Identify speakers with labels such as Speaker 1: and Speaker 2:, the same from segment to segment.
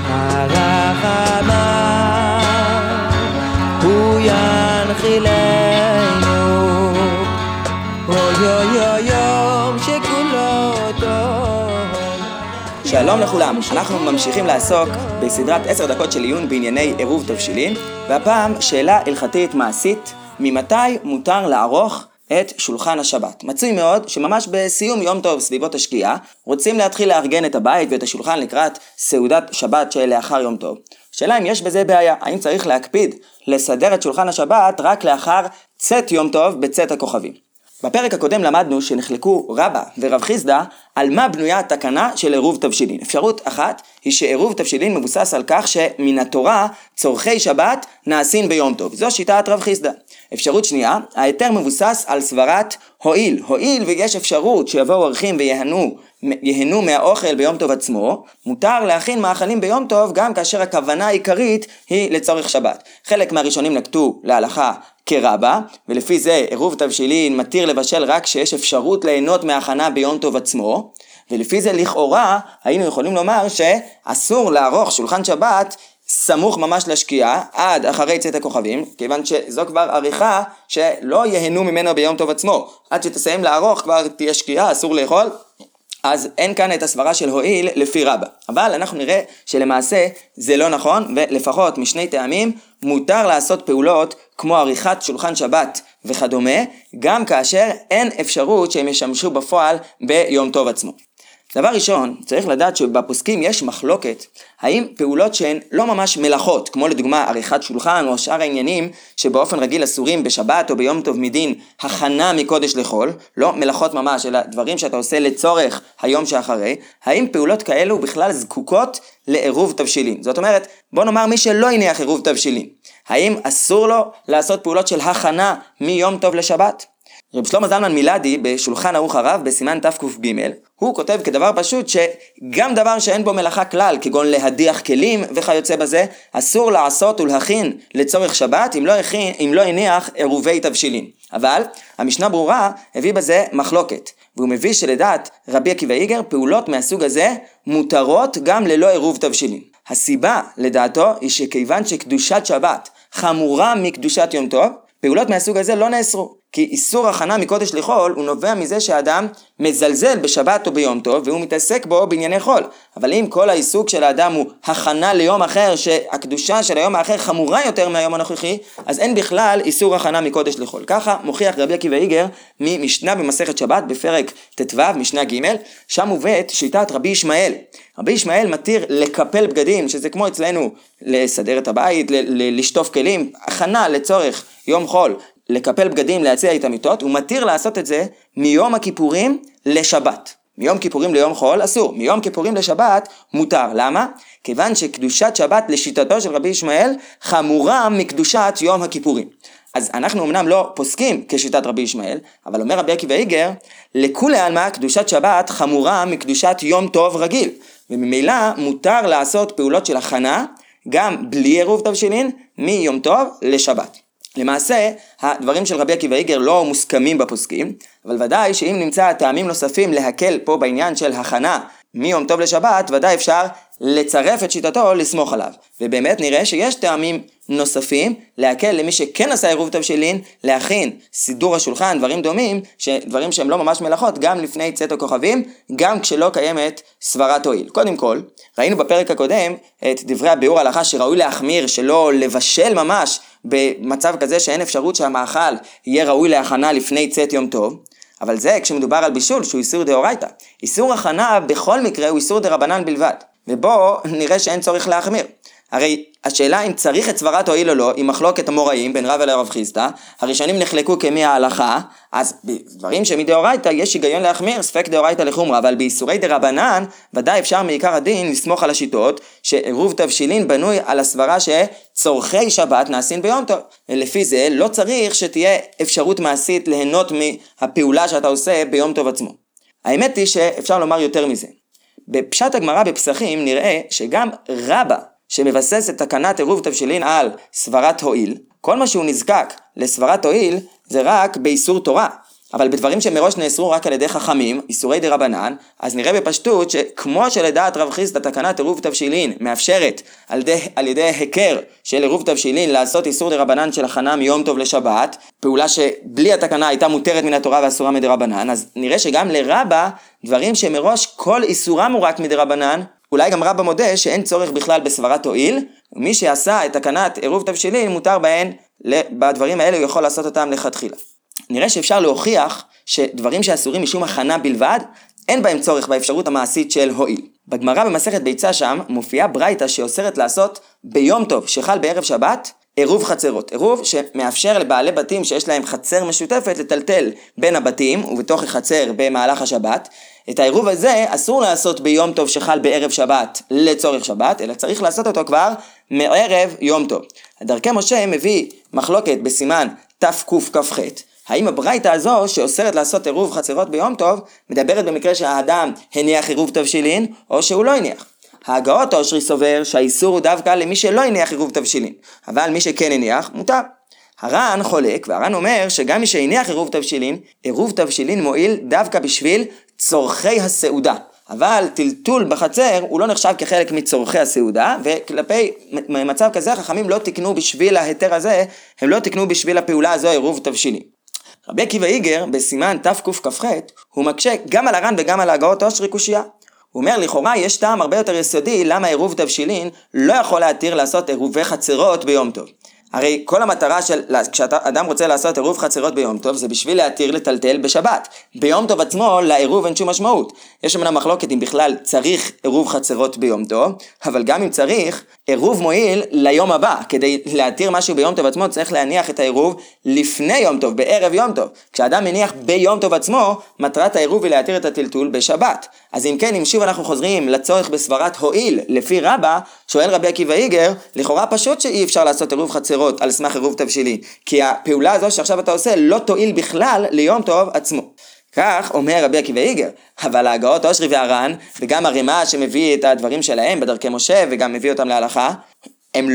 Speaker 1: הרחמן הוא ינחילנו אוי אוי אוי יום שכולו טוב.
Speaker 2: שלום לכולם, אנחנו ממשיכים לעסוק בסדרת 10 דקות של עיון בענייני עירוב תבשילין, והפעם שאלה הלכתית מעשית: ממתי מותר לערוך את שולחן השבת? מצוי מאוד שממש בסיום יום טוב סביבות השקיעה רוצים להתחיל לארגן את הבית ואת השולחן לקראת סעודת שבת שלאחר יום טוב. שאלה אם יש בזה בעיה, האם צריך להקפיד לסדר את שולחן השבת רק לאחר צאת יום טוב בצאת הכוכבים. בפרק הקודם למדנו שנחלקו רבא ורב חיסדא על מה בנויה התקנה של עירוב תבשילין. אפשרות אחת היא שעירוב תבשילין מבוסס על כך שמן התורה צורכי שבת נעשים ביום טוב. זו שיטת רב חיסדא. אפשרות שנייה, ההיתר מבוסס על סברת הועיל ויש אפשרות שיבואו אורחים ויהנו מהאוכל ביום טוב עצמו, מותר להכין מאכלים ביום טוב גם כאשר הכוונה העיקרית היא לצורך שבת. חלק מהראשונים נקטו להלכה כרבא, ולפי זה עירוב תבשילין מתיר לבשל רק שיש אפשרות ליהנות מההכנה ביום טוב עצמו, ולפי זה לכאורה היינו יכולים לומר שאסור לערוך שולחן שבת סמוך ממש לשקיעה עד אחרי צאת הכוכבים, כיוון שזו כבר עריכה שלא יהנו ממנו ביום טוב עצמו. עד שתסיים לערוך כבר תהיה שקיעה, אסור לאכול, אז אין כאן את הסברה של הועיל לפי רבא. אבל אנחנו נראה שלמעשה זה לא נכון, ולפחות משני טעמים מותר לעשות פעולות כמו עריכת שולחן שבת וכדומה, גם כאשר אין אפשרות שהם ישמשו בפועל ביום טוב עצמו. דבר ראשון, צריך לדעת שבפוסקים יש מחלוקת האם פעולות שהן לא ממש מלאכות, כמו לדוגמה עריכת שולחן או שאר העניינים שבאופן רגיל אסורים בשבת או ביום טוב מדין הכנה מקודש לחול, לא מלאכות ממש אלא דברים שאתה עושה לצורך היום שאחרי, האם פעולות כאלו בכלל זקוקות לעירוב תבשילין? זאת אומרת, בוא נאמר מי שלא הניח עירוב תבשילין, האם אסור לו לעשות פעולות של הכנה מיום טוב לשבת? רב שלמה זלמן מילדי בשולחן ערוך הרב בסימן תק"ג הוא כותב כדבר פשוט שגם דבר שאין בו מלאכה כלל כגון להדיח כלים וכיוצא בזה אסור לעשות ולהכין לצורך שבת אם לא הניח עירובי תבשילין. אבל המשנה ברורה הביא בזה מחלוקת, והוא מביא שלדעת רבי עקיבא איגר פעולות מהסוג הזה מותרות גם ללא עירוב תבשילין. הסיבה לדעתו היא שכיוון שקדושת שבת חמורה מקדושת יום טוב, פעולות מהסוג הזה לא נאסרו, כי איסור הכנה מקודש לחול הוא נובע מזה שהאדם מזלזל בשבת או ביום טוב והוא מתעסק בו בענייני חול. אבל אם כל העיסוק של האדם הוא הכנה ליום אחר שהקדושה של היום האחר חמורה יותר מהיום הנוכחי, אז אין בכלל איסור הכנה מקודש לחול. ככה מוכיח רבי עקיבא איגר ממשנה במסכת שבת בפרק ט"ו משנה ג', שם מובאת שיטת רבי ישמעאל. רבי ישמעאל מתיר לקפל בגדים, שזה כמו אצלנו לסדר את הבית, לשטוף כלים, הכנה לצורך יום חול, לקפל בגדים, להציע את המיטות, הוא מתיר לעשות את זה מיום הכיפורים לשבת. מיום כיפורים ליום חול אסור, מיום כיפורים לשבת מותר. למה? כיוון שקדושת שבת לשיטתו של רבי ישמעאל חמורה מקדושת יום הכיפורים. אז אנחנו אמנם לא פוסקים כשיטת רבי ישמעאל, אבל אומר רבי עקיבא איגר, לכולי עלמא קדושת שבת חמורה מקדושת יום טוב רגיל, וממילא מותר לעשות פעולות של הכנה גם בלי עירוב תבשילין מיום טוב לשבת. למעשה, הדברים של רבי עקיבא איגר לא מוסכמים בפוסקים, אבל ודאי שאם נמצא טעמים נוספים להקל פה בעניין של הכנה מיום טוב לשבת, ודאי אפשר לצרף את שיטתו לסמוך עליו. ובאמת נראה שיש טעמים נוספים להקל למי שכן עשה עירוב תבשילין, להכין סידור השולחן, דברים דומים, דברים שהם לא ממש מלאכות, גם לפני צאת הכוכבים, גם כשלא קיימת סברת הועיל. קודם כל, ראינו בפרק הקודם את דברי הביאור ההלכה שראוי להחמיר, שלא לבשל ממש במצב כזה שאין אפשרות שהמאכל יהיה ראוי להכנה לפני צאת יום טוב. אבל זה כשמדובר על בישול שהוא איסור דאורייתא. איסור הכנה בכל מקרה הוא איסור דרבנן בלבד, ובו נראה שאין צורך להחמיר. הרי השאלה אם צריך את סברת הועיל או לא היא מחלוקת המוראים בין רבא לרב חיסדא. הראשונים נחלקו כמי ההלכה, אז בדברים שמדאורייתא יש היגיון להחמיר, ספק דאורייתא לחומרא, אבל באיסורי דרבנן ודאי אפשר מעיקר הדין לסמוך על השיטות שעירוב תבשילין בנוי על הסברה שצורכי שבת נעשים ביום טוב, ולפי זה לא צריך שתהיה אפשרות מעשית ליהנות מהפעולה שאתה עושה ביום טוב עצמו. האמת היא שאפשר לומר יותר מזה. בפשט הגמרא בפסחים נראה שגם רבא שמבסס את תקנת עירוב תבשילין על סברת הועיל, כל מה שהוא נזקק לסברת הועיל זה רק באיסור תורה. אבל בדברים שמראש נאסרו רק על ידי חכמים, איסורי דרבנן, אז נראה בפשטות שכמו שלדעת רב חיסדא תקנת עירוב תבשילין מאפשרת על ידי היכר של עירוב תבשילין לעשות איסור דרבנן של הכנה מיום טוב לשבת, פעולה שבלי התקנה הייתה מותרת מן התורה ואסורה מדרבנן, אז נראה שגם לרבא דברים שמראש כל איסורם הוא רק מדרבנן, אולי גם רבא מודה שאין צורך בכלל בסברת הועיל, ומי שעשה את תקנת עירוב תבשילין מותר בהן, בדברים האלה הוא יכול לעשות אותם לכתחילה. נראה שאפשר להוכיח שדברים שאסורים משום הכנה בלבד, אין בהם צורך באפשרות המעשית של הועיל. בגמרא במסכת ביצה שם מופיעה ברייתא שאוסרת לעשות ביום טוב שחל בערב שבת, עירוב חצרות. עירוב שמאפשר לבעלי בתים שיש להם חצר משותפת לטלטל בין הבתים ובתוך החצר במהלך השבת. את העירוב הזה אסור לעשות ביום טוב שחל בערב שבת לצורך שבת, אלא צריך לעשות אותו כבר מערב יום טוב. דרכי משה מביא מחלוקת בסימן תקכ"ח. האם הברייתא הזו שאוסרת לעשות עירוב חצרות ביום טוב מדברת במקרה שהאדם הניח עירוב תבשילין או שהוא לא הניח? ההגאות אושרי סובר שהאיסור הוא דווקא למי שלא הניח עירוב תבשילין, אבל מי שכן הניח מותר. הר"ן חולק, והר"ן אומר שגם מי שהניח עירוב תבשילין, עירוב תבשילין מועיל דווקא בשביל צורכי הסעודה. אבל טלטול בחצר הוא לא נחשב כחלק מצורכי הסעודה, וכלפי מצב כזה חכמים לא תקנו בשביל ההיתר הזה, הם לא תקנו בשביל הפעולה הזו עירוב תבשילין. רבי עקיבא איגר בסימן תקכ"ח הוא מקשה גם על הר"ן וגם על ההגאות אושרי קושיה. הוא אומר לכאורה יש טעם הרבה יותר יסודי למה עירוב תבשילין לא יכול להתיר לעשות עירובי חצרות ביום טוב. הרי כל המטרה של, כשאדם רוצה לעשות עירוב חצרות ביום טוב, זה בשביל להתיר לטלטל בשבת. ביום טוב עצמו, לעירוב אין שום משמעות. יש אמנם מחלוקת אם בכלל צריך עירוב חצרות ביום טוב, אבל גם אם צריך, עירוב מועיל ליום הבא. כדי להתיר משהו ביום טוב עצמו, צריך להניח את העירוב לפני יום טוב, בערב יום טוב. כשאדם מניח ביום טוב עצמו, מטרת העירוב היא להתיר את הטלטול בשבת. אז אם כן, אם שוב אנחנו חוזרים לצורך בסברת הועיל לפי רבא, שואל רבי עקיבא איגר, לכאורה פשוט שאי אפשר לעשות עירוב חצרות על סמך עירוב תבשילין, כי הפעולה הזו שעכשיו אתה עושה לא תועיל בכלל ליום טוב עצמו. כך אומר רבי עקיבא איגר, אבל ההגאות אושרי והר"ן, וגם הרמ"א שמביא את הדברים שלהם בדרכי משה וגם מביא אותם להלכה, הם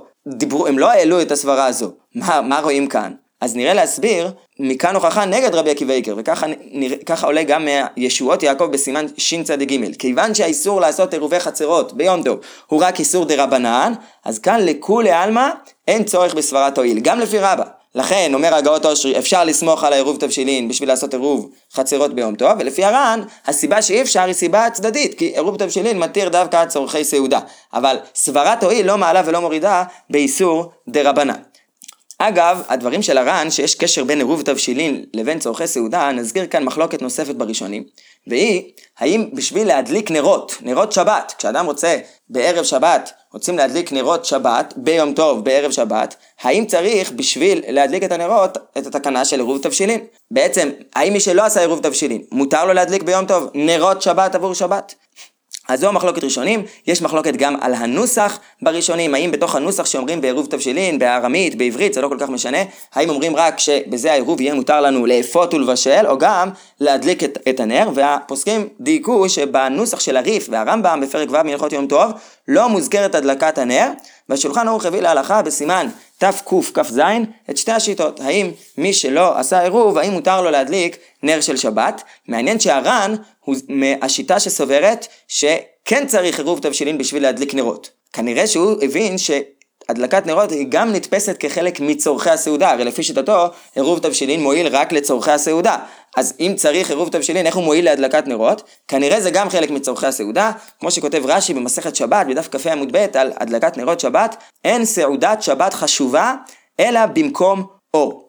Speaker 2: לא העלו את הסברה הזו. מה רואים כאן? אז נראה להסביר מכאן הוכחה נגד רבי עקיבא איגר, וככה עולה גם מישועות יעקב בסימן שצ"ג. כיוון שהאיסור לעשות עירובי חצרות ביום טוב הוא רק איסור דרבנן, אז כאן לכולי עלמא אין צורך בסברת הועיל, גם לפי רבא. לכן אומר ההגאות אושרי אפשר לסמוך על העירוב תבשילין בשביל לעשות עירוב חצרות ביום טוב, ולפי הר"ן הסיבה שאי אפשר היא סיבה צדדית, כי עירוב תבשילין מתיר דווקא צורכי סעודה, אבל סברת הועיל לא מעלה ולא מורידה באיסור דרבנן. אגב, הדברים של הר"ן שיש קשר בין עירוב תבשילין לבין צורכי סעודה, נזכיר כאן מחלוקת נוספת בראשונים, והיא, האם בשביל להדליק נרות שבת, כשאדם רוצה בערב שבת, רוצים להדליק נרות שבת ביום טוב בערב שבת, האם צריך בשביל להדליק את הנרות את התקנה של עירוב תבשילין? בעצם, האם מי שלא עשה עירוב תבשילין, מותר לו להדליק ביום טוב נרות שבת עבור שבת? אז זו מחלוקת ראשונים. יש מחלוקת גם על הנוסח בראשונים, האם בתוך הנוסח שאומרים בעירוב תבשילין, בארמית, בעברית, זה לא כל כך משנה, האם אומרים רק שבזה העירוב יהיה מותר לנו לאפות ולבשל, או גם להדליק את הנר, והפוסקים דייקו שבנוסח של הריף והרמב"ם בפרק ו' מהלכות יום טוב, לא מוזכרת הדלקת הנר, והשולחן ערוך הביא להלכה בסימן תקכ"ז את שתי השיטות, האם מי שלא עשה עירוב, האם מותר לו להדליק נר של שבת. מעניין שהר"ן הוא מהשיטה שסוברת שכן צריך עירוב תבשילין בשביל להדליק נרות. כנראה שהוא הבין שהדלקת נרות היא גם נתפסת כחלק מצורכי הסעודה, הרי לפי שיטתו עירוב תבשילין מועיל רק לצורכי הסעודה. אז אם צריך עירוב תבשילין, איך הוא מועיל להדלקת נרות? כנראה זה גם חלק מצורכי הסעודה, כמו שכותב רש"י במסכת שבת בדף כ"ה עמוד ב' על הדלקת נרות שבת, אין סעודת שבת חשובה אלא במקום אור.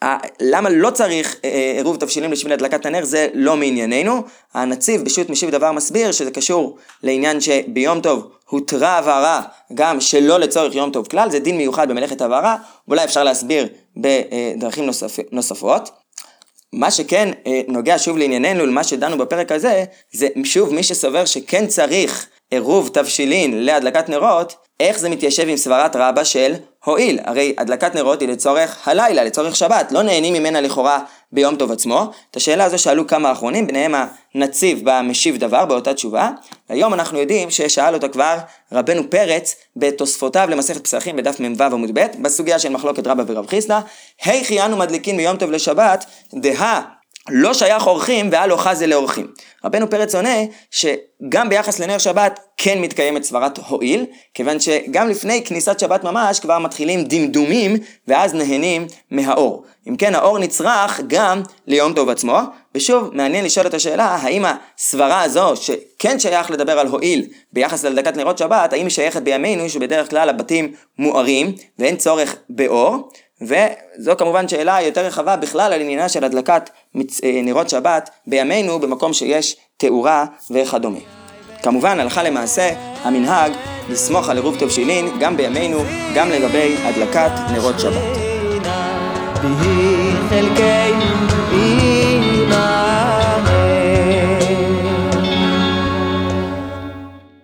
Speaker 2: למה לא צריך עירוב תבשילין בשביל הדלקת הנר? זה לא מענייננו. הנציב בשו"ת משיב דבר מסביר שזה קשור לעניין שביום טוב הותרה הבהרה גם שלא לצורך יום טוב כלל, זה דין מיוחד במלאכת הבהרה, ואולי אפשר להסביר בדרכים נוספות. מה שכן נוגע שוב לענייננו, למה שדנו בפרק הזה, זה שוב מי שסובר שכן צריך עירוב תבשילין להדלקת נרות, איך זה מתיישב עם סברת רבא של הועיל? הרי הדלקת נרות היא לצורך הלילה, לצורך שבת, לא נהנים ממנה לכאורה ביום טוב עצמו. את השאלה הזו שאלו כמה האחרונים, ביניהם הנציב במשיב דבר באותה תשובה. היום אנחנו יודעים ששאל אותה כבר רבנו פרץ בתוספותיו למסכת פסחים בדף מ"ו עמוד ב' בסוגיה של מחלוקת רבא ורב חיסדא, היכי אנו מדליקין ביום טוב לשבת, דהה לא שייך אורחים והלא חזה לאורחים. רבנו פרץ עונה שגם ביחס לנר שבת כן מתקיימת סברת הועיל, כיוון שגם לפני כניסת שבת ממש כבר מתחילים דמדומים ואז נהנים מהאור. אם כן, האור נצרך גם ליום טוב עצמו, ושוב מעניין לשאול את השאלה, האם הסברה הזו שכן שייך לדבר על הועיל ביחס להדלקת נרות שבת, האם היא שייכת בימינו שבדרך כלל הבתים מוארים ואין צורך באור? וזו כמובן שאלה יותר רחבה בכלל על עניינה של הדלקת נרות שבת בימינו במקום שיש תאורה וכדומה. כמובן הלכה למעשה המנהג לסמוך על עירוב תבשילין גם בימינו, גם לגבי הדלקת נרות שבת.